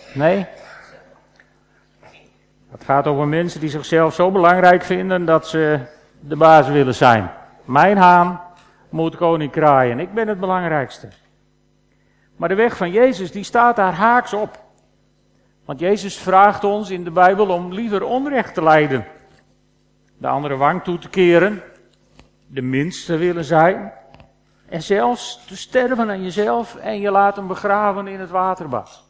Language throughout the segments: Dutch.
Nee? Het gaat over mensen die zichzelf zo belangrijk vinden dat ze de baas willen zijn. Mijn haan moet koning kraaien. Ik ben het belangrijkste. Maar de weg van Jezus die staat daar haaks op. Want Jezus vraagt ons in de Bijbel om liever onrecht te lijden. De andere wang toe te keren. De minste willen zijn. En zelfs te sterven aan jezelf en je laten begraven in het waterbad.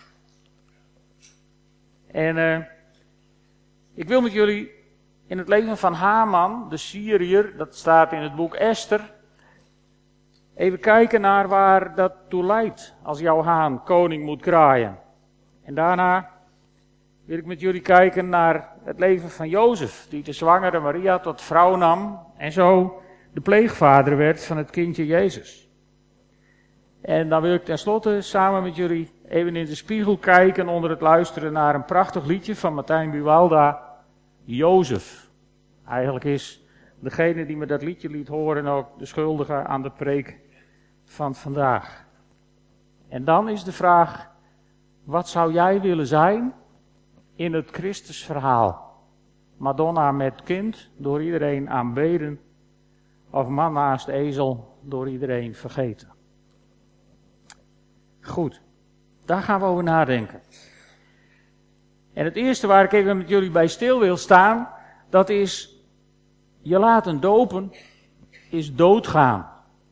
En ik wil met jullie in het leven van Haman, de Syriër, dat staat in het boek Esther, even kijken naar waar dat toe leidt als jouw haan koning moet kraaien. En daarna wil ik met jullie kijken naar het leven van Jozef, die de zwangere Maria tot vrouw nam en zo de pleegvader werd van het kindje Jezus. En dan wil ik tenslotte samen met jullie even in de spiegel kijken onder het luisteren naar een prachtig liedje van Martijn Buwalda, Jozef. Eigenlijk is degene die me dat liedje liet horen ook de schuldige aan de preek van vandaag. En dan is de vraag, wat zou jij willen zijn in het Christusverhaal? Madonna met kind, door iedereen aanbeden, of man naast ezel, door iedereen vergeten? Goed, daar gaan we over nadenken. En het eerste waar ik even met jullie bij stil wil staan, dat is, je laten dopen is doodgaan.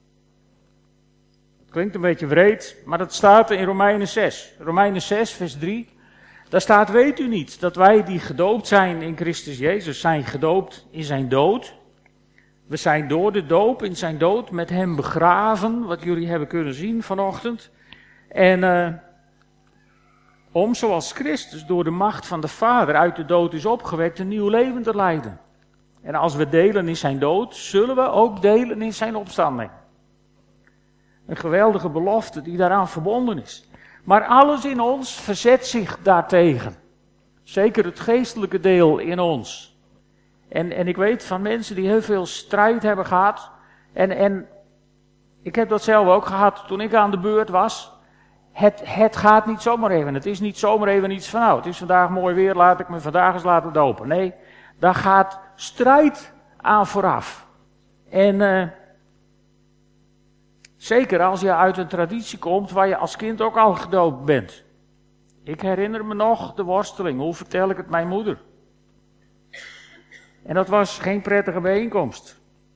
Het klinkt een beetje wreed, maar dat staat in Romeinen 6. Romeinen 6, vers 3. Daar staat, weet u niet dat wij die gedoopt zijn in Christus Jezus, zijn gedoopt in zijn dood? We zijn door de doop in zijn dood met hem begraven, wat jullie hebben kunnen zien vanochtend. En om zoals Christus door de macht van de Vader uit de dood is opgewekt, een nieuw leven te leiden. En als we delen in zijn dood, zullen we ook delen in zijn opstanding. Een geweldige belofte die daaraan verbonden is. Maar alles in ons verzet zich daartegen. Zeker het geestelijke deel in ons. En ik weet van mensen die heel veel strijd hebben gehad. En ik heb dat zelf ook gehad toen ik aan de beurt was. Het gaat niet zomaar even. Het is niet zomaar even iets van, nou, het is vandaag mooi weer, laat ik me vandaag eens laten dopen. Nee, daar gaat strijd aan vooraf. En zeker als je uit een traditie komt waar je als kind ook al gedoopt bent. Ik herinner me nog de worsteling, hoe vertel ik het mijn moeder? En dat was geen prettige bijeenkomst.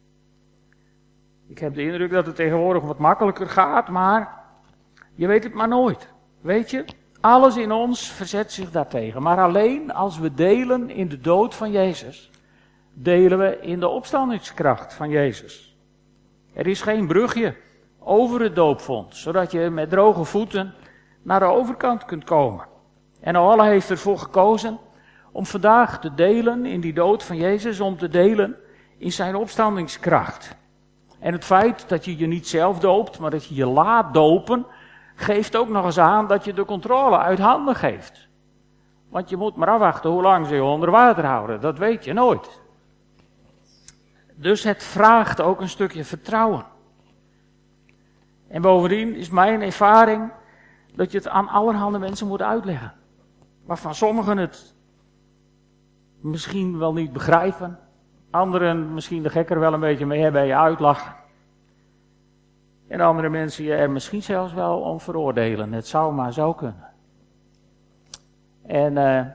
Ik heb de indruk dat het tegenwoordig wat makkelijker gaat, maar je weet het maar nooit. Weet je, alles in ons verzet zich daartegen. Maar alleen als we delen in de dood van Jezus, delen we in de opstandingskracht van Jezus. Er is geen brugje over het doopvont, zodat je met droge voeten naar de overkant kunt komen. En Allah heeft ervoor gekozen om vandaag te delen in die dood van Jezus, om te delen in zijn opstandingskracht. En het feit dat je je niet zelf doopt, maar dat je je laat dopen, geeft ook nog eens aan dat je de controle uit handen geeft. Want je moet maar afwachten hoe lang ze je onder water houden, dat weet je nooit. Dus het vraagt ook een stukje vertrouwen. En bovendien is mijn ervaring dat je het aan allerhande mensen moet uitleggen. Waarvan sommigen het misschien wel niet begrijpen. Anderen misschien de gekker wel een beetje mee hebben en je uitlachen. En andere mensen je er misschien zelfs wel om veroordelen. Het zou maar zo kunnen. En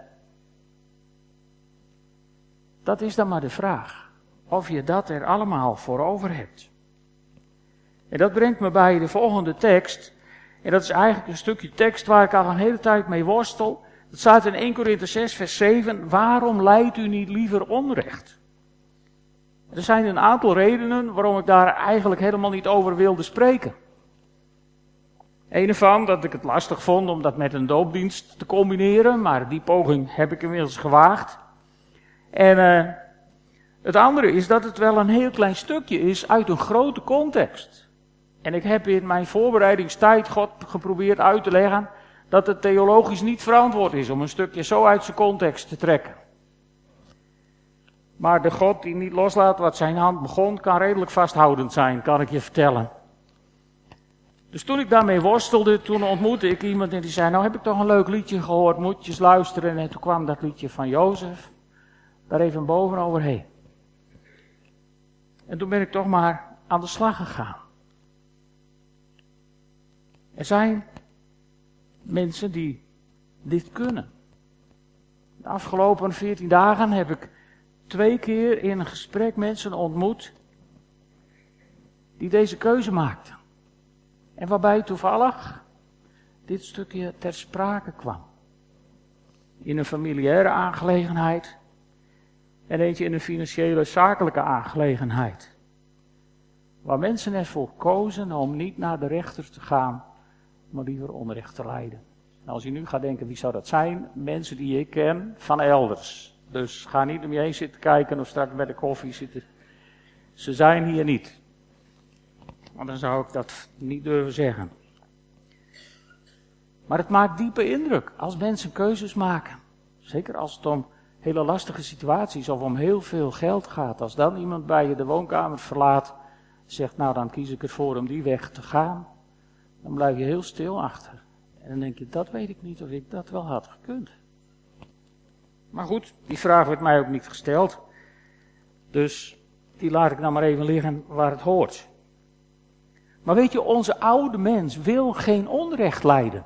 dat is dan maar de vraag. Of je dat er allemaal voor over hebt. En dat brengt me bij de volgende tekst. En dat is eigenlijk een stukje tekst waar ik al een hele tijd mee worstel. Dat staat in 1 Korinther 6 vers 7. Waarom lijdt u niet liever onrecht? Er zijn een aantal redenen waarom ik daar eigenlijk helemaal niet over wilde spreken. Een ervan dat ik het lastig vond om dat met een doopdienst te combineren. Maar die poging heb ik inmiddels gewaagd. En het andere is dat het wel een heel klein stukje is uit een grote context. En ik heb in mijn voorbereidingstijd God geprobeerd uit te leggen dat het theologisch niet verantwoord is om een stukje zo uit zijn context te trekken. Maar de God die niet loslaat wat zijn hand begon, kan redelijk vasthoudend zijn, kan ik je vertellen. Dus toen ik daarmee worstelde, toen ontmoette ik iemand en die zei, nou heb ik toch een leuk liedje gehoord, moet je eens luisteren. En toen kwam dat liedje van Jozef daar even bovenoverheen. En toen ben ik toch maar aan de slag gegaan. Er zijn mensen die dit kunnen. De afgelopen 14 dagen heb ik 2 keer in een gesprek mensen ontmoet die deze keuze maakten. En waarbij toevallig dit stukje ter sprake kwam. In een familiaire aangelegenheid en eentje in een financiële zakelijke aangelegenheid. Waar mensen ervoor kozen om niet naar de rechter te gaan, maar liever onrecht te lijden. Nou, als je nu gaat denken, wie zou dat zijn? Mensen die ik ken van elders. Dus ga niet om je heen zitten kijken of straks bij de koffie zitten. Ze zijn hier niet. Want dan zou ik dat niet durven zeggen. Maar het maakt diepe indruk als mensen keuzes maken. Zeker als het om hele lastige situaties of om heel veel geld gaat. Als dan iemand bij je de woonkamer verlaat, zegt nou dan kies ik ervoor om die weg te gaan. Dan blijf je heel stil achter. En dan denk je, dat weet ik niet of ik dat wel had gekund. Maar goed, die vraag werd mij ook niet gesteld. Dus die laat ik nou maar even liggen waar het hoort. Maar weet je, onze oude mens wil geen onrecht lijden.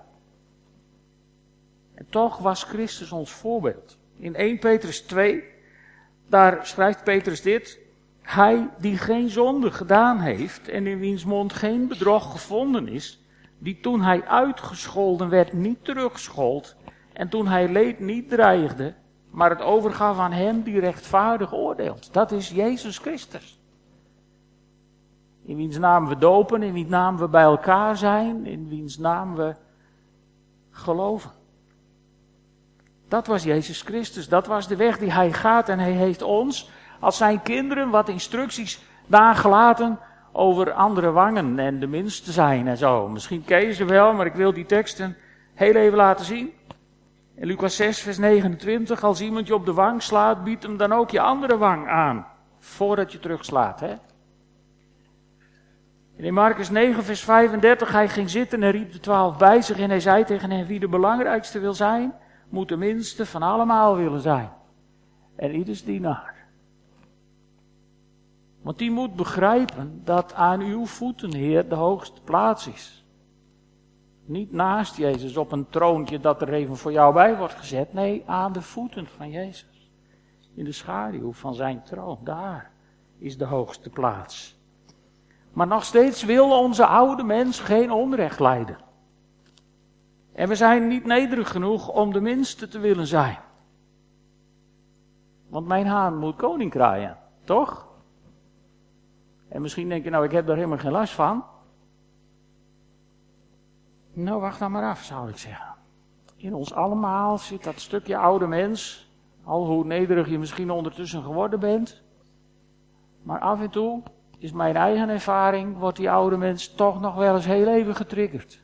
En toch was Christus ons voorbeeld. In 1 Petrus 2, daar schrijft Petrus dit. Hij die geen zonde gedaan heeft en in wiens mond geen bedrog gevonden is, die toen hij uitgescholden werd niet terugschold en toen hij leed niet dreigde, maar het overgaf aan hem die rechtvaardig oordeelt. Dat is Jezus Christus. In wiens naam we dopen, in wiens naam we bij elkaar zijn, in wiens naam we geloven. Dat was Jezus Christus, dat was de weg die hij gaat en hij heeft ons als zijn kinderen wat instructies nagelaten over andere wangen en de minste zijn en zo. Misschien ken je ze wel, maar ik wil die teksten heel even laten zien. In Lucas 6 vers 29, als iemand je op de wang slaat, bied hem dan ook je andere wang aan, voordat je terugslaat. Hè? En in Markus 9 vers 35, hij ging zitten en riep de 12 bij zich en hij zei tegen hen, wie de belangrijkste wil zijn, moet de minste van allemaal willen zijn. En ieders dienaar. Want die moet begrijpen dat aan uw voeten, Heer, de hoogste plaats is. Niet naast Jezus op een troontje dat er even voor jou bij wordt gezet. Nee, aan de voeten van Jezus. In de schaduw van zijn troon. Daar is de hoogste plaats. Maar nog steeds wil onze oude mens geen onrecht lijden. En we zijn niet nederig genoeg om de minste te willen zijn. Want mijn haan moet koning kraaien, toch? En misschien denk je, nou ik heb daar helemaal geen last van. Nou wacht dan maar af, zou ik zeggen. In ons allemaal zit dat stukje oude mens, al hoe nederig je misschien ondertussen geworden bent. Maar af en toe is mijn eigen ervaring, wordt die oude mens toch nog wel eens heel even getriggerd.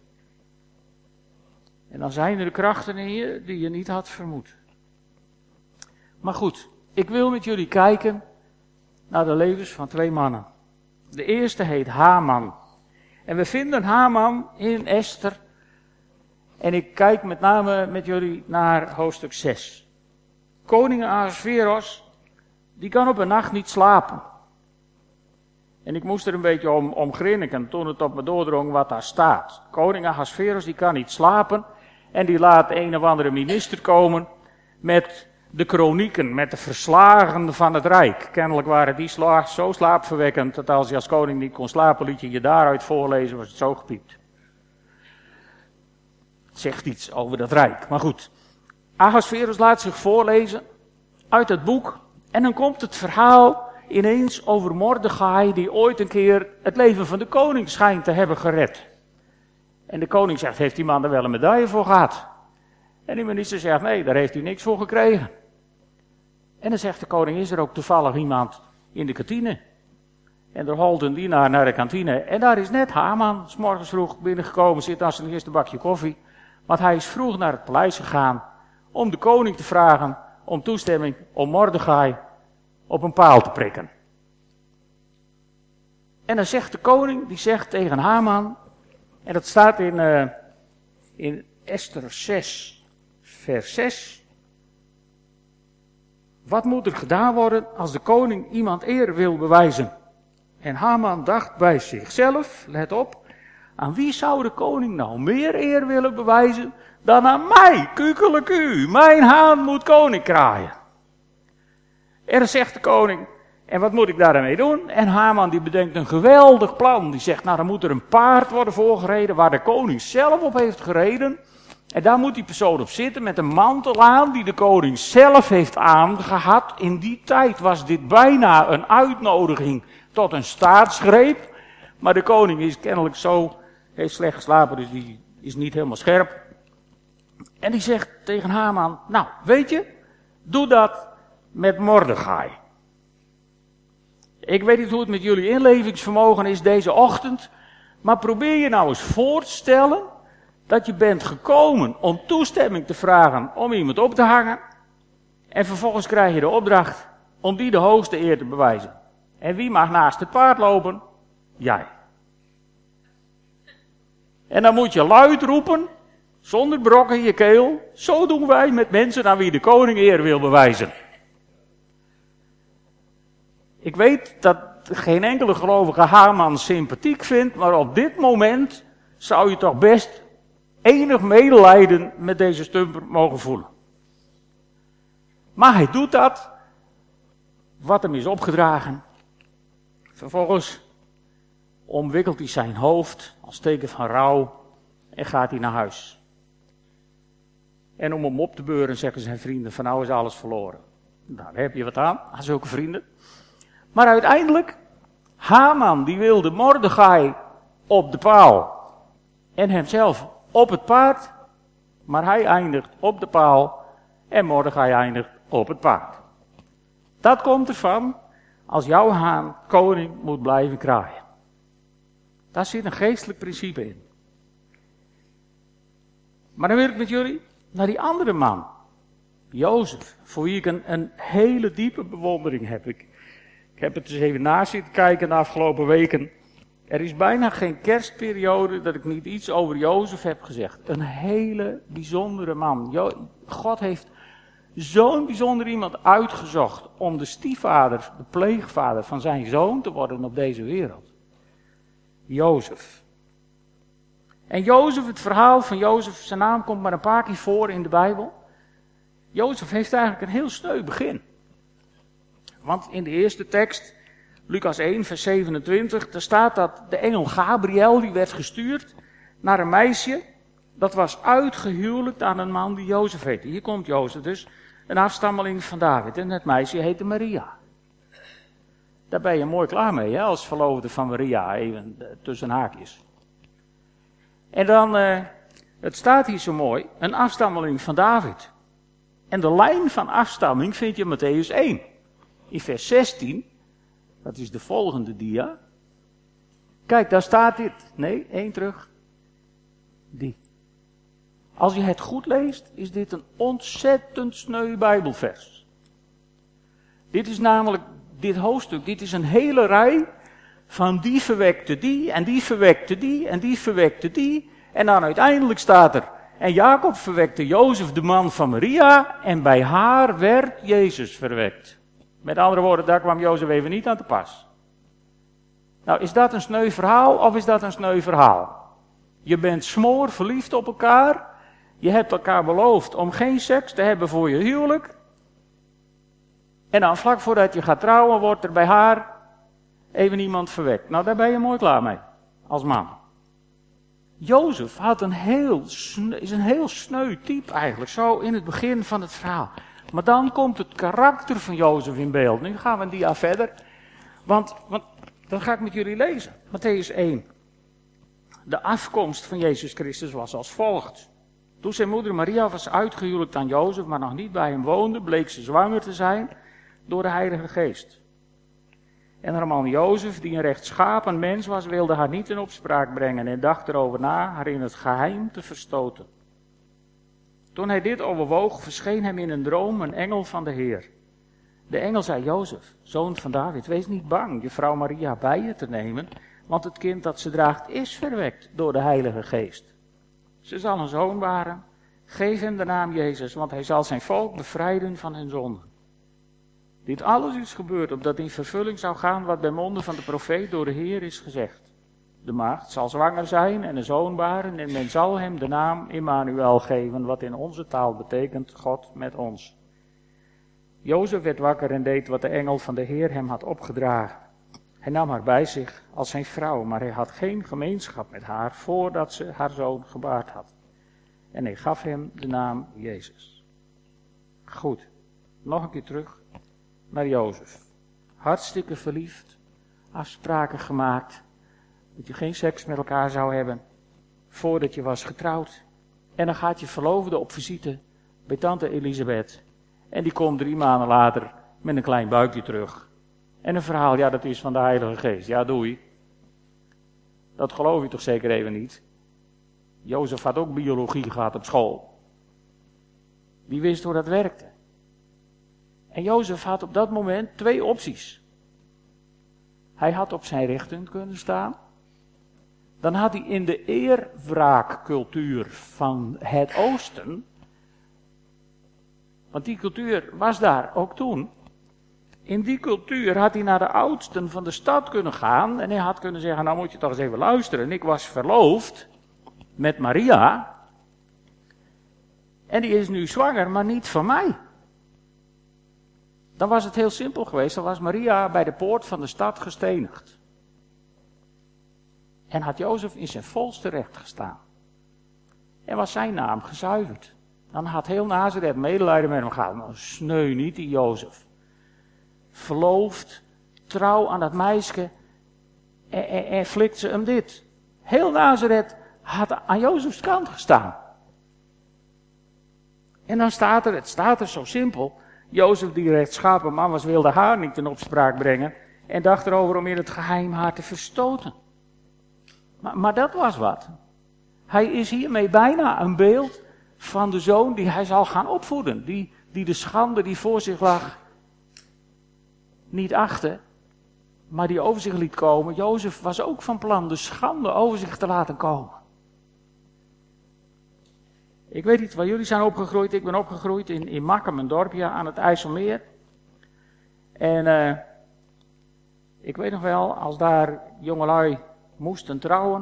En dan zijn er krachten in je die je niet had vermoed. Maar goed, ik wil met jullie kijken naar de levens van 2 mannen. De eerste heet Haman. En we vinden Haman in Esther. En ik kijk met name met jullie naar hoofdstuk 6. Koning Ahasveros, die kan op een nacht niet slapen. En ik moest er een beetje om grinniken toen het op me doordrong wat daar staat. Koning Ahasveros, die kan niet slapen. En die laat een of andere minister komen met de kronieken, met de verslagen van het Rijk. Kennelijk waren die zo slaapverwekkend dat als je als koning niet kon slapen, liet je je daaruit voorlezen, was het zo gepiept. Het zegt iets over dat Rijk, maar goed. Ahasveros laat zich voorlezen uit het boek en dan komt het verhaal ineens over Mordechai die ooit een keer het leven van de koning schijnt te hebben gered. En de koning zegt, heeft die man er wel een medaille voor gehad? En die minister zegt, nee, daar heeft hij niks voor gekregen. En dan zegt de koning, is er ook toevallig iemand in de kantine? En er holt een dienaar naar de kantine. En daar is net Haman, 's morgens vroeg binnengekomen, zit aan zijn eerste bakje koffie. Want hij is vroeg naar het paleis gegaan om de koning te vragen om toestemming om Mordechai op een paal te prikken. En dan zegt de koning, die zegt tegen Haman, En dat staat in Esther 6, vers 6. Wat moet er gedaan worden als de koning iemand eer wil bewijzen? En Haman dacht bij zichzelf, let op, aan wie zou de koning nou meer eer willen bewijzen dan aan mij, kukeleku, mijn haan moet koning kraaien. En dan zegt de koning, en wat moet ik daarmee doen? En Haman die bedenkt een geweldig plan. Die zegt, nou dan moet er een paard worden voorgereden waar de koning zelf op heeft gereden. En daar moet die persoon op zitten met een mantel aan die de koning zelf heeft aangehad. In die tijd was dit bijna een uitnodiging tot een staatsgreep. Maar de koning is kennelijk zo, heeft slecht geslapen, dus die is niet helemaal scherp. En die zegt tegen Haman, nou weet je, doe dat met Mordechai. Ik weet niet hoe het met jullie inlevingsvermogen is deze ochtend, maar probeer je nou eens voor te stellen dat je bent gekomen om toestemming te vragen om iemand op te hangen. En vervolgens krijg je de opdracht om die de hoogste eer te bewijzen. En wie mag naast het paard lopen? Jij. En dan moet je luid roepen, zonder brok in je keel, zo doen wij met mensen aan wie de koning eer wil bewijzen. Ik weet dat geen enkele gelovige Haman sympathiek vindt, maar op dit moment zou je toch best enig medelijden met deze stumper mogen voelen. Maar hij doet dat, wat hem is opgedragen. Vervolgens omwikkelt hij zijn hoofd als teken van rouw en gaat hij naar huis. En om hem op te beuren zeggen zijn vrienden, van nou is alles verloren. Daar heb je wat aan zulke vrienden. Maar uiteindelijk, Haman die wilde Mordechai op de paal en hemzelf op het paard, maar hij eindigt op de paal en Mordechai eindigt op het paard. Dat komt ervan als jouw haan koning moet blijven kraaien. Daar zit een geestelijk principe in. Maar dan wil ik met jullie naar die andere man, Jozef, voor wie ik een hele diepe bewondering heb. Ik heb het eens even na zitten kijken de afgelopen weken. Er is bijna geen kerstperiode dat ik niet iets over Jozef heb gezegd. Een hele bijzondere man. God heeft zo'n bijzonder iemand uitgezocht om de stiefvader, de pleegvader van zijn zoon te worden op deze wereld. Jozef. En Jozef, het verhaal van Jozef, zijn naam komt maar een paar keer voor in de Bijbel. Jozef heeft eigenlijk een heel sneu begin. Want in de eerste tekst, Lucas 1 vers 27, daar staat dat de engel Gabriel, die werd gestuurd naar een meisje, dat was uitgehuwelijkt aan een man die Jozef heette. Hier komt Jozef dus, een afstammeling van David. En het meisje heette Maria. Daar ben je mooi klaar mee, hè, als verloofde van Maria, even tussen haakjes. En dan, het staat hier zo mooi, een afstammeling van David. En de lijn van afstamming vind je in Mattheüs 1. In vers 16, dat is de volgende dia. Kijk, daar staat dit. Nee, 1 terug. Die. Als je het goed leest, is dit een ontzettend sneu Bijbelvers. Dit is namelijk, dit hoofdstuk, dit is een hele rij van die verwekte die, en die verwekte die, en die verwekte die. En dan uiteindelijk staat er, en Jacob verwekte Jozef, de man van Maria, en bij haar werd Jezus verwekt. Met andere woorden, daar kwam Jozef even niet aan te pas. Nou, is dat een sneu verhaal of is dat een sneu verhaal? Je bent smoor verliefd op elkaar. Je hebt elkaar beloofd om geen seks te hebben voor je huwelijk. En dan vlak voordat je gaat trouwen, wordt er bij haar even iemand verwekt. Nou, daar ben je mooi klaar mee, als man. Jozef is een heel sneu type eigenlijk, zo in het begin van het verhaal. Maar dan komt het karakter van Jozef in beeld. Nu gaan we een dia verder, want dat ga ik met jullie lezen. Mattheüs 1. De afkomst van Jezus Christus was als volgt. Toen zijn moeder Maria was uitgehuwelijkt aan Jozef, maar nog niet bij hem woonde, bleek ze zwanger te zijn door de Heilige Geest. En haar man Jozef, die een rechtschapen mens was, wilde haar niet in opspraak brengen en dacht erover na haar in het geheim te verstoten. Toen hij dit overwoog, verscheen hem in een droom een engel van de Heer. De engel zei: Jozef, zoon van David, wees niet bang je vrouw Maria bij je te nemen, Want het kind dat ze draagt is verwekt door de Heilige Geest. Ze zal een zoon baren. Geef hem de naam Jezus, want hij zal zijn volk bevrijden van hun zonden. Dit alles is gebeurd opdat in vervulling zou gaan wat bij monden van de profeet door de Heer is gezegd. De maagd zal zwanger zijn en een zoon baren en men zal hem de naam Immanuel geven, wat in onze taal betekent God met ons. Jozef werd wakker en deed wat de engel van de Heer hem had opgedragen. Hij nam haar bij zich als zijn vrouw, maar hij had geen gemeenschap met haar voordat ze haar zoon gebaard had. En hij gaf hem de naam Jezus. Goed, nog een keer terug naar Jozef. Hartstikke verliefd, afspraken gemaakt, dat je geen seks met elkaar zou hebben voordat je was getrouwd. En dan gaat je verloofde op visite bij tante Elisabeth. En die komt 3 maanden later met een klein buikje terug. En een verhaal, ja, dat is van de Heilige Geest. Ja, doei. Dat geloof je toch zeker even niet? Jozef had ook biologie gehad op school. Die wist hoe dat werkte. En Jozef had op dat moment 2 opties. Hij had op zijn rechten kunnen staan. Dan had hij in de eerwraakcultuur van het Oosten, want die cultuur was daar ook toen. In die cultuur had hij naar de oudsten van de stad kunnen gaan en hij had kunnen zeggen, nou moet je toch eens even luisteren. Ik was verloofd met Maria en die is nu zwanger, maar niet van mij. Dan was het heel simpel geweest, dan was Maria bij de poort van de stad gestenigd. En had Jozef in zijn volste recht gestaan. En was zijn naam gezuiverd. Dan had heel Nazareth medelijden met hem gehad. Nou, sneu niet die Jozef. Verloofd, trouw aan dat meisje. En flikt ze hem dit. Heel Nazareth had aan Jozefs kant gestaan. En dan het staat er zo simpel. Jozef die rechtschapen man was, wilde haar niet in opspraak brengen. En dacht erover om in het geheim haar te verstoten. Maar dat was wat. Hij is hiermee bijna een beeld van de zoon die hij zal gaan opvoeden. Die de schande die voor zich lag niet achtte, maar die over zich liet komen. Jozef was ook van plan de schande over zich te laten komen. Ik weet niet waar jullie zijn opgegroeid. Ik ben opgegroeid in Makkum, een dorpje aan het IJsselmeer. En ik weet nog wel, als daar jongelui moesten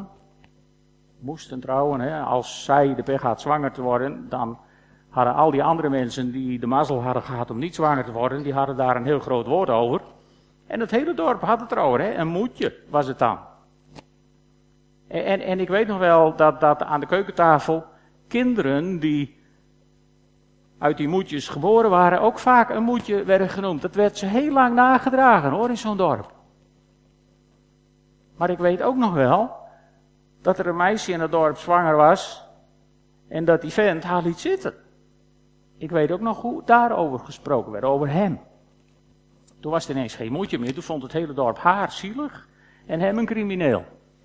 trouwen, hè. Als zij de pech had zwanger te worden, dan hadden al die andere mensen die de mazzel hadden gehad om niet zwanger te worden, die hadden daar een heel groot woord over. En het hele dorp had het erover, hè. Een moedje was het dan. En ik weet nog wel dat aan de keukentafel kinderen die uit die moedjes geboren waren, ook vaak een moedje werden genoemd. Dat werd ze heel lang nagedragen hoor, in zo'n dorp. Maar ik weet ook nog wel dat er een meisje in het dorp zwanger was en dat die vent haar liet zitten. Ik weet ook nog hoe daarover gesproken werd, over hem. Toen was het ineens geen moedje meer, toen vond het hele dorp haar zielig en hem een crimineel.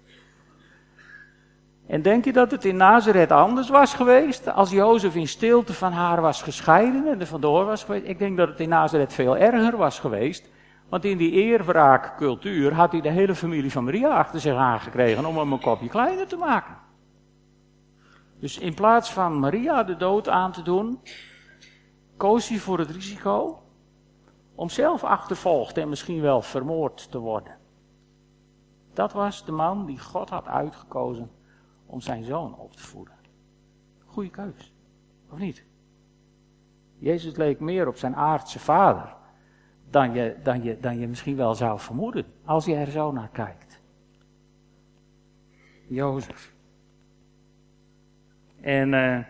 En denk je dat het in Nazareth anders was geweest als Jozef in stilte van haar was gescheiden en er vandoor was geweest? Ik denk dat het in Nazareth veel erger was geweest. Want in die eerwraakcultuur had hij de hele familie van Maria achter zich aangekregen om hem een kopje kleiner te maken. Dus in plaats van Maria de dood aan te doen, koos hij voor het risico om zelf achtervolgd en misschien wel vermoord te worden. Dat was de man die God had uitgekozen om zijn zoon op te voeden. Goeie keus, of niet? Jezus leek meer op zijn aardse vader dan je misschien wel zou vermoeden, als je er zo naar kijkt. Jozef. En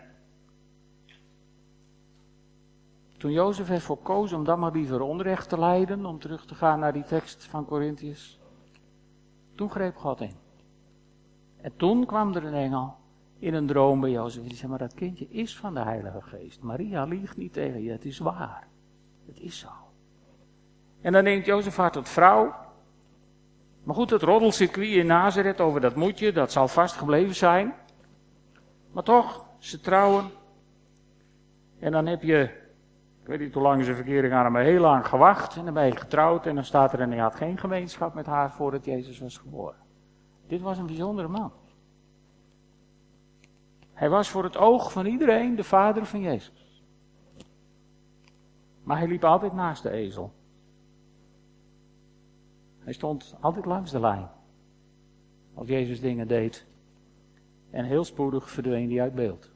toen Jozef ervoor koos om dan maar liever onrecht te lijden, om terug te gaan naar die tekst van Korintiërs, toen greep God in. En toen kwam er een engel in een droom bij Jozef. Die zei, maar dat kindje is van de Heilige Geest. Maria liegt niet tegen je, het is waar. Het is zo. En dan neemt Jozef haar tot vrouw. Maar goed, het roddelcircuit in Nazareth over dat moedje, dat zal vast gebleven zijn. Maar toch, ze trouwen. En dan heb je, ik weet niet hoe lang ze verkering hadden, maar heel lang gewacht. En dan ben je getrouwd en dan staat er en hij had geen gemeenschap met haar voordat Jezus was geboren. Dit was een bijzondere man. Hij was voor het oog van iedereen de vader van Jezus. Maar hij liep altijd naast de ezel. Hij stond altijd langs de lijn. Als Jezus dingen deed. En heel spoedig verdween hij uit beeld.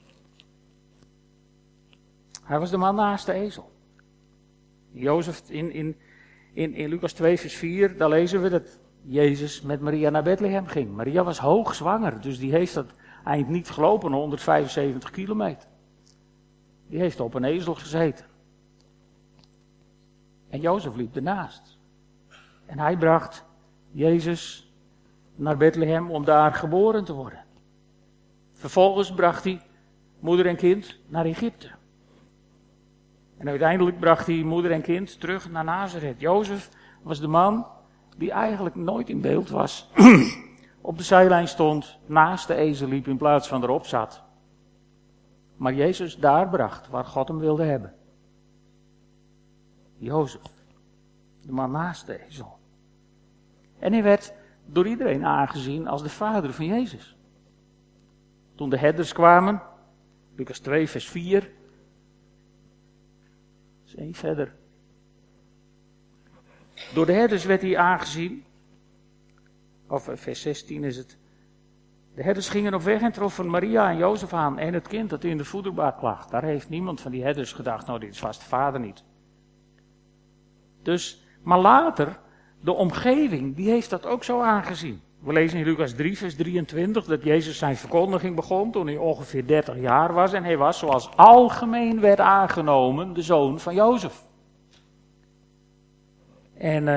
Hij was de man naast de ezel. Jozef in Lucas 2 vers 4, daar lezen we dat Jezus met Maria naar Bethlehem ging. Maria was hoogzwanger, dus die heeft dat eind niet gelopen, 175 kilometer. Die heeft op een ezel gezeten. En Jozef liep ernaast. En hij bracht Jezus naar Bethlehem om daar geboren te worden. Vervolgens bracht hij moeder en kind naar Egypte. En uiteindelijk bracht hij moeder en kind terug naar Nazareth. Jozef was de man die eigenlijk nooit in beeld was. Op de zijlijn stond, naast de ezel liep in plaats van erop zat. Maar Jezus daar bracht waar God hem wilde hebben. Jozef, de man naast de ezel. En hij werd door iedereen aangezien als de vader van Jezus. Toen de herders kwamen, Lucas 2 vers 4... Dus één verder. Door de herders werd hij aangezien. Of vers 16 is het. De herders gingen op weg en troffen Maria en Jozef aan. En het kind dat in de voederbak lag. Daar heeft niemand van die herders gedacht. Nou, dit is vast de vader niet. Dus, maar later, de omgeving, die heeft dat ook zo aangezien. We lezen in Lucas 3 vers 23 dat Jezus zijn verkondiging begon toen hij ongeveer 30 jaar was. En hij was, zoals algemeen werd aangenomen, de zoon van Jozef. En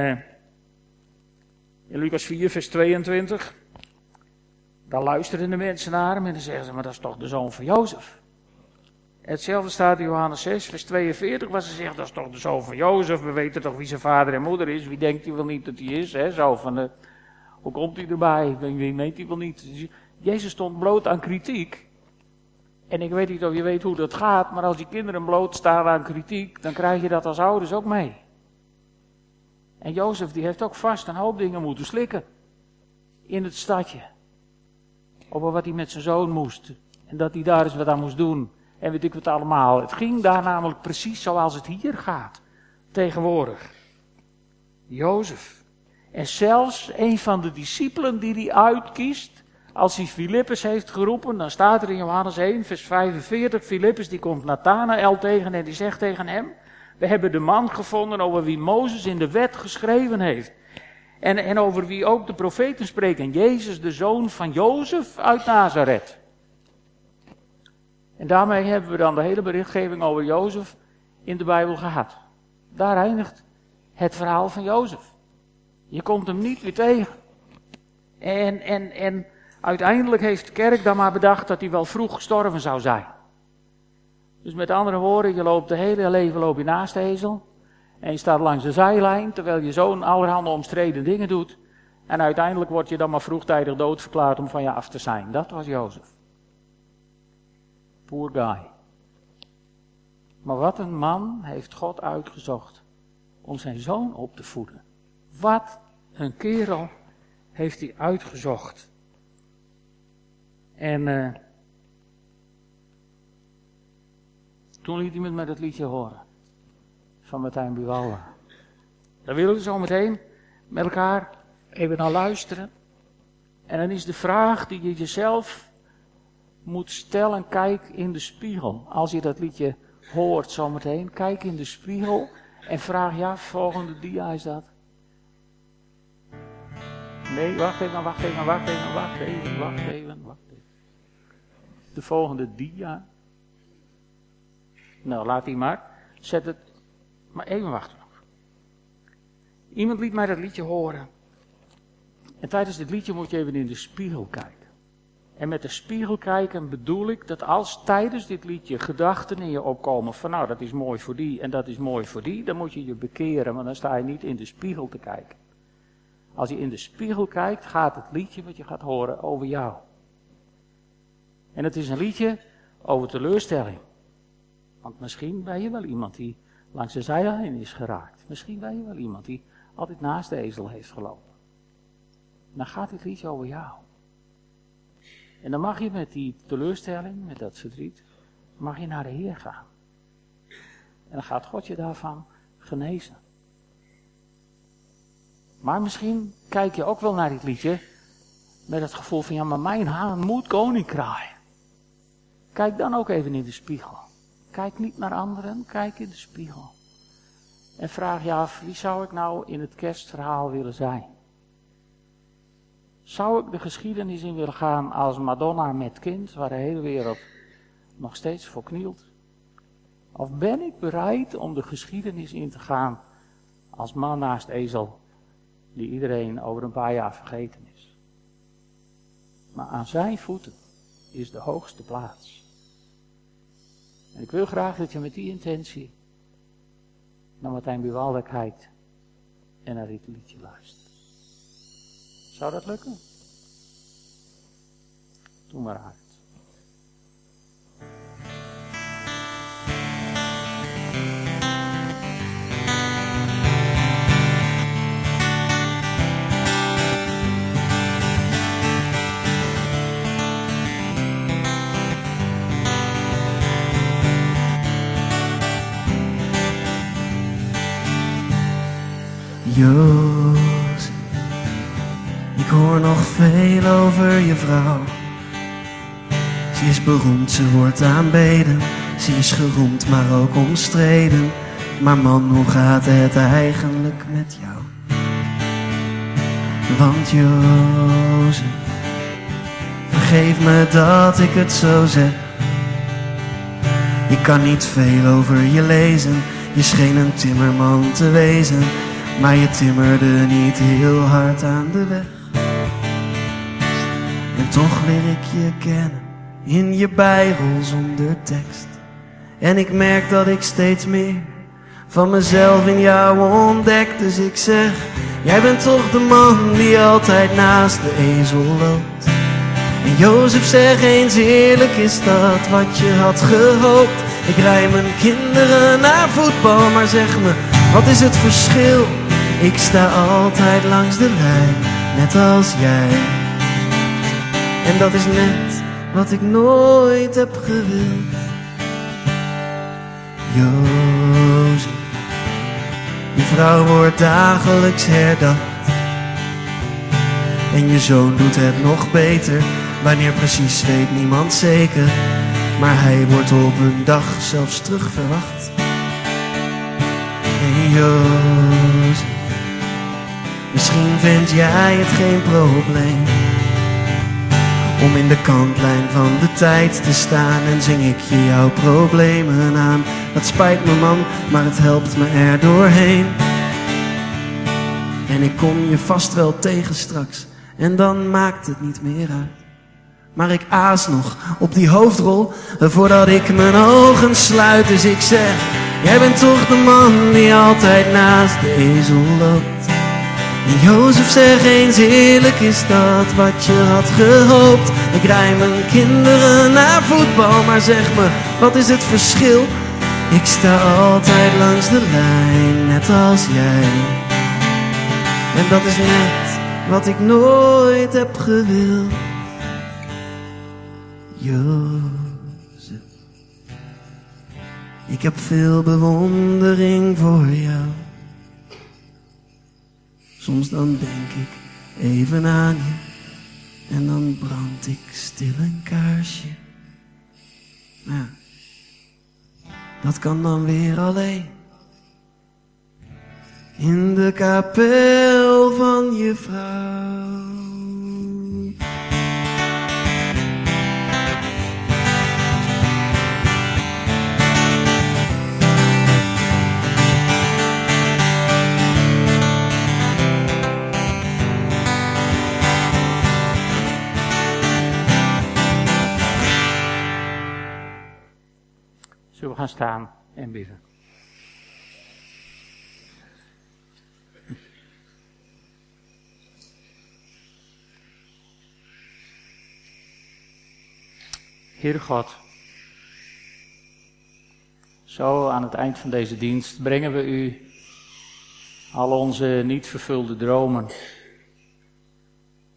in Lucas 4 vers 22, daar luisteren de mensen naar hem en dan zeggen ze, maar dat is toch de zoon van Jozef. Hetzelfde staat in Johannes 6 vers 42, waar ze zeggen, dat is toch de zoon van Jozef. We weten toch wie zijn vader en moeder is. Wie denkt hij wel niet dat hij is, hè? Zo van de... Hoe komt hij erbij? Wie weet hij wel niet? Jezus stond bloot aan kritiek. En ik weet niet of je weet hoe dat gaat, maar als die kinderen bloot staan aan kritiek, dan krijg je dat als ouders ook mee. En Jozef die heeft ook vast een hoop dingen moeten slikken. In het stadje. Over wat hij met zijn zoon moest. En dat hij daar eens wat aan moest doen. En weet ik wat allemaal. Het ging daar namelijk precies zoals het hier gaat. Tegenwoordig. Jozef. En zelfs een van de discipelen die hij uitkiest, als hij Filippus heeft geroepen, dan staat er in Johannes 1 vers 45, Filippus die komt Nathanael tegen en die zegt tegen hem, we hebben de man gevonden over wie Mozes in de wet geschreven heeft. En over wie ook de profeten spreken, Jezus de zoon van Jozef uit Nazareth. En daarmee hebben we dan de hele berichtgeving over Jozef in de Bijbel gehad. Daar eindigt het verhaal van Jozef. Je komt hem niet weer tegen. En uiteindelijk heeft de kerk dan maar bedacht dat hij wel vroeg gestorven zou zijn. Dus met andere woorden, je loopt de hele leven loop je naast de ezel. En je staat langs de zijlijn, terwijl je zo'n allerhande omstreden dingen doet. En uiteindelijk word je dan maar vroegtijdig doodverklaard om van je af te zijn. Dat was Jozef. Poor guy. Maar wat een man heeft God uitgezocht om zijn zoon op te voeden. Wat een kerel heeft hij uitgezocht. En toen liet hij me met het liedje horen van Martijn Buwalda. Daar willen we zo meteen met elkaar even naar luisteren. En dan is de vraag die je jezelf moet stellen, kijk in de spiegel. Als je dat liedje hoort zo meteen, kijk in de spiegel en vraag je af, volgende dia is dat. Nee, wacht even. De volgende dia. Nou, laat die maar. Zet het. Maar even wachten nog. Iemand liet mij dat liedje horen. En tijdens dit liedje moet je even in de spiegel kijken. En met de spiegel kijken bedoel ik dat als tijdens dit liedje gedachten in je opkomen van nou, dat is mooi voor die en dat is mooi voor die, dan moet je je bekeren, want dan sta je niet in de spiegel te kijken. Als je in de spiegel kijkt, gaat het liedje wat je gaat horen over jou. En het is een liedje over teleurstelling. Want misschien ben je wel iemand die langs de zijlijn is geraakt. Misschien ben je wel iemand die altijd naast de ezel heeft gelopen. Dan gaat dit liedje over jou. En dan mag je met die teleurstelling, met dat verdriet, mag je naar de Heer gaan. En dan gaat God je daarvan genezen. Maar misschien kijk je ook wel naar dit liedje met het gevoel van, ja, maar mijn haan moet koning kraaien. Kijk dan ook even in de spiegel. Kijk niet naar anderen, kijk in de spiegel. En vraag je af, wie zou ik nou in het kerstverhaal willen zijn? Zou ik de geschiedenis in willen gaan als Madonna met kind, waar de hele wereld nog steeds voor knielt? Of ben ik bereid om de geschiedenis in te gaan als man naast ezel, die iedereen over een paar jaar vergeten is? Maar aan zijn voeten is de hoogste plaats. En ik wil graag dat je met die intentie naar Martijn Buwalda kijkt en naar dit liedje luistert. Zou dat lukken? Doe maar uit. Jozef, ik hoor nog veel over je vrouw. Ze is beroemd, ze wordt aanbeden. Ze is geroemd, maar ook omstreden. Maar man, hoe gaat het eigenlijk met jou? Want Jozef, vergeef me dat ik het zo zeg. Ik kan niet veel over je lezen. Je scheen een timmerman te wezen, maar je timmerde niet heel hard aan de weg. En toch leer ik je kennen in je Bijbel zonder tekst. En ik merk dat ik steeds meer van mezelf in jou ontdek. Dus ik zeg, jij bent toch de man die altijd naast de ezel loopt. En Jozef, zeg eens eerlijk, is dat wat je had gehoopt? Ik rij mijn kinderen naar voetbal, maar zeg me, wat is het verschil? Ik sta altijd langs de lijn, net als jij. En dat is net wat ik nooit heb gewild. Jozef, je vrouw wordt dagelijks herdacht. En je zoon doet het nog beter. Wanneer precies weet niemand zeker. Maar hij wordt op een dag zelfs terugverwacht. En Jozef, misschien vind jij het geen probleem om in de kantlijn van de tijd te staan. En zing ik je jouw problemen aan. Dat spijt me man, maar het helpt me er doorheen. En ik kom je vast wel tegen straks. En dan maakt het niet meer uit. Maar ik aas nog op die hoofdrol voordat ik mijn ogen sluit. Dus ik zeg, jij bent toch de man die altijd naast de ezel loopt. En Jozef, zeg eens eerlijk, is dat wat je had gehoopt? Ik rij mijn kinderen naar voetbal, maar zeg me, wat is het verschil? Ik sta altijd langs de lijn, net als jij. En dat is net wat ik nooit heb gewild. Jozef, ik heb veel bewondering voor jou. Soms dan denk ik even aan je en dan brand ik stil een kaarsje. Maar ja, dat kan dan weer alleen in de kapel van je vrouw. Zullen we gaan staan en bidden? Heere God, zo aan het eind van deze dienst brengen we u al onze niet vervulde dromen.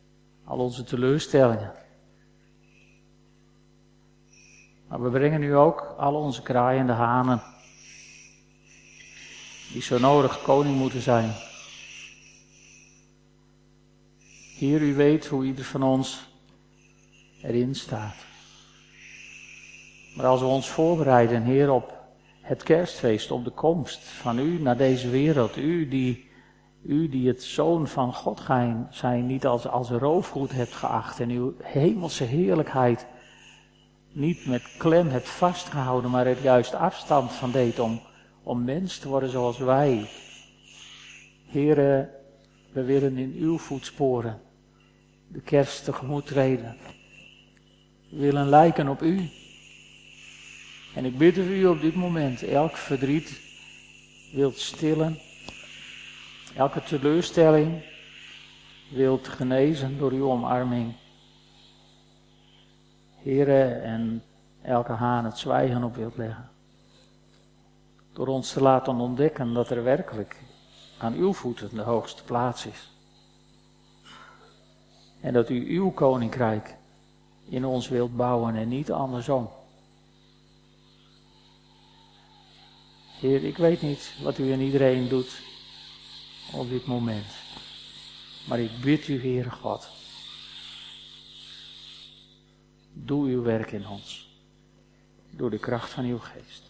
al onze teleurstellingen. Maar we brengen nu ook al onze kraaiende hanen, die zo nodig koning moeten zijn. Heer, u weet hoe ieder van ons erin staat. Maar als we ons voorbereiden, Heer, op het kerstfeest, op de komst van u naar deze wereld, u die het zoon van God zijn niet als roofgoed hebt geacht en uw hemelse heerlijkheid niet met klem hebt vastgehouden, maar er juist afstand van deed om mens te worden zoals wij. Heere, we willen in uw voetsporen de kerst tegemoet treden. We willen lijken op u. En ik bid u op dit moment elk verdriet wilt stillen, elke teleurstelling wilt genezen door uw omarming. Heere, en elke haan het zwijgen op wilt leggen. Door ons te laten ontdekken dat er werkelijk aan uw voeten de hoogste plaats is. En dat u uw koninkrijk in ons wilt bouwen en niet andersom. Heer, ik weet niet wat u en iedereen doet op dit moment. Maar ik bid u, Heere God, doe uw werk in ons. Door de kracht van uw geest.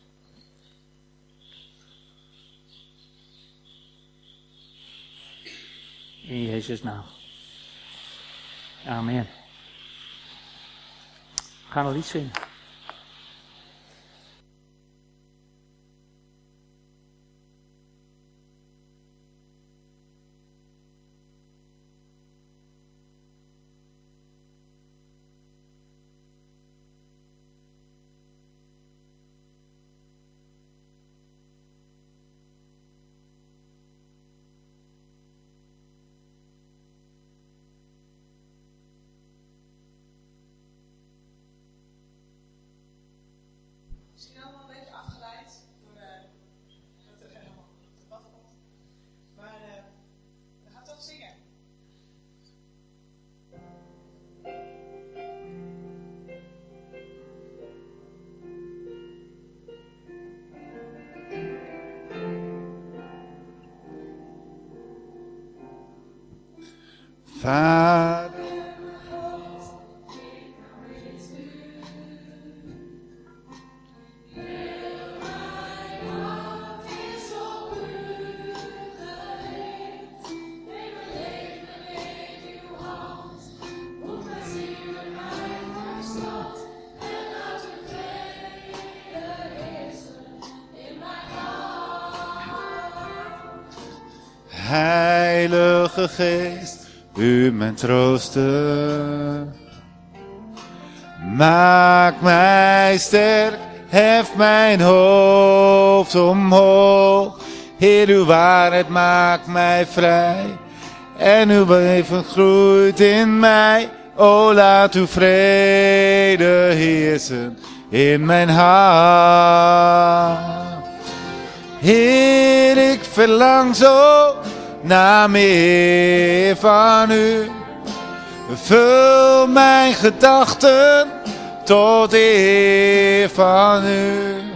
In Jezus' naam. Amen. We gaan een lied zingen. Vader, Heilige Geest, u mijn trooster. Maak mij sterk, hef mijn hoofd omhoog. Heer, uw waarheid maakt mij vrij. En uw leven groeit in mij. O, laat uw vrede heersen in mijn hart. Heer, ik verlang zo naar meer van u. Vul mijn gedachten tot eer van u.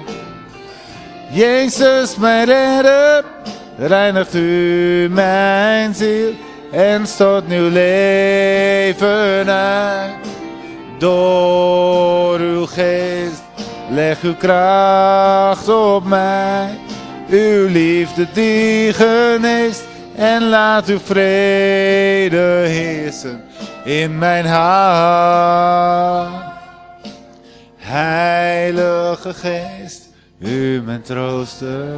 Jezus, mijn redder, reinigt u mijn ziel en stort nieuw leven uit. Door uw geest, leg uw kracht op mij. Uw liefde die geneest en laat uw vrede heersen in mijn hart. Heilige Geest, u mijn trooster.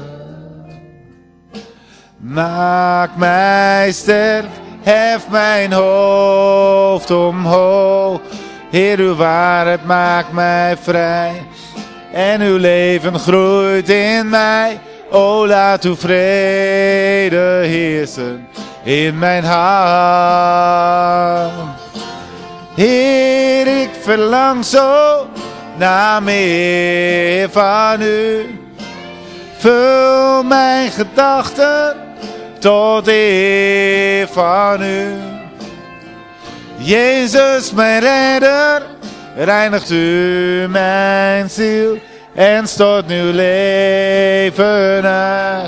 Maak mij sterk, hef mijn hoofd omhoog. Heer, uw waarheid maakt mij vrij. En uw leven groeit in mij. O, laat uw vrede heersen in mijn hart. Heer, ik verlang zo naar meer van u. Vul mijn gedachten tot eer van u. Jezus, mijn redder, reinigt u mijn ziel en stort nieuw leven uit.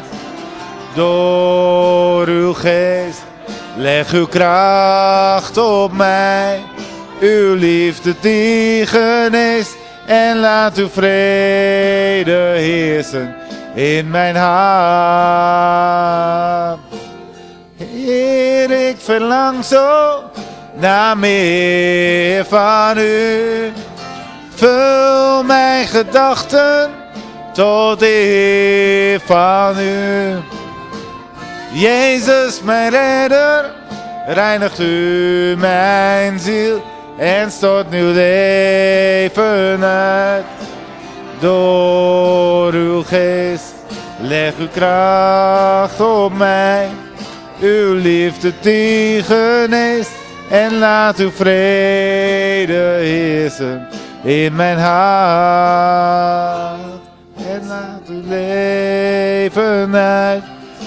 Door uw geest, leg uw kracht op mij. Uw liefde die geneest en laat uw vrede heersen in mijn hart. Heer, ik verlang zo naar meer van u. Vul mijn gedachten tot eer van u. Jezus, mijn redder, reinigt u mijn ziel en stort nieuw leven uit. Door uw geest, leg uw kracht op mij. Uw liefde die geneest en laat uw vrede heersen in mijn hart. En laat uw leven uit.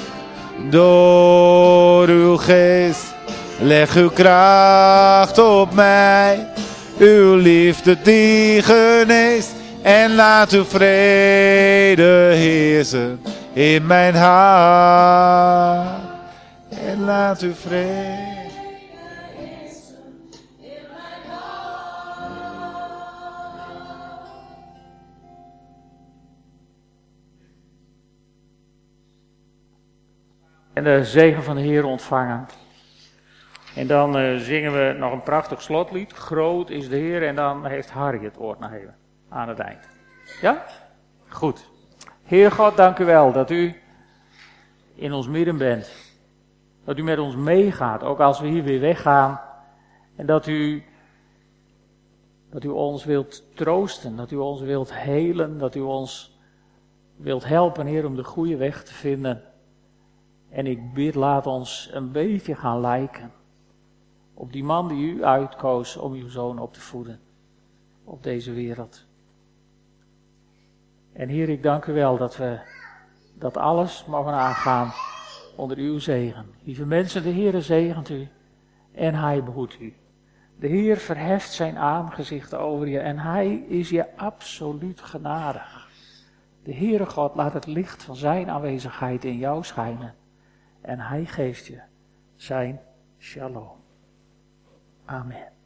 Door uw geest, leg uw kracht op mij. Uw liefde die geneest en laat uw vrede heersen in mijn hart. En laat uw vrede heersen in mijn hart. En de zegen van de Heer ontvangen. En dan zingen we nog een prachtig slotlied. Groot is de Heer. En dan heeft Harry het woord nog even aan het eind. Ja? Goed. Heer God, dank u wel dat u in ons midden bent. Dat u met ons meegaat, ook als we hier weer weggaan. En dat u ons wilt troosten, dat u ons wilt helen, dat u ons wilt helpen, Heer, om de goede weg te vinden. En ik bid, laat ons een beetje gaan lijken op die man die u uitkoos om uw zoon op te voeden op deze wereld. En Heer, ik dank u wel dat we dat alles mogen aangaan onder uw zegen. Lieve mensen, de Heere zegent u en hij behoedt u. De Heer verheft zijn aangezicht over je en hij is je absoluut genadig. De Heere God laat het licht van zijn aanwezigheid in jou schijnen en hij geeft je zijn shalom. Amen.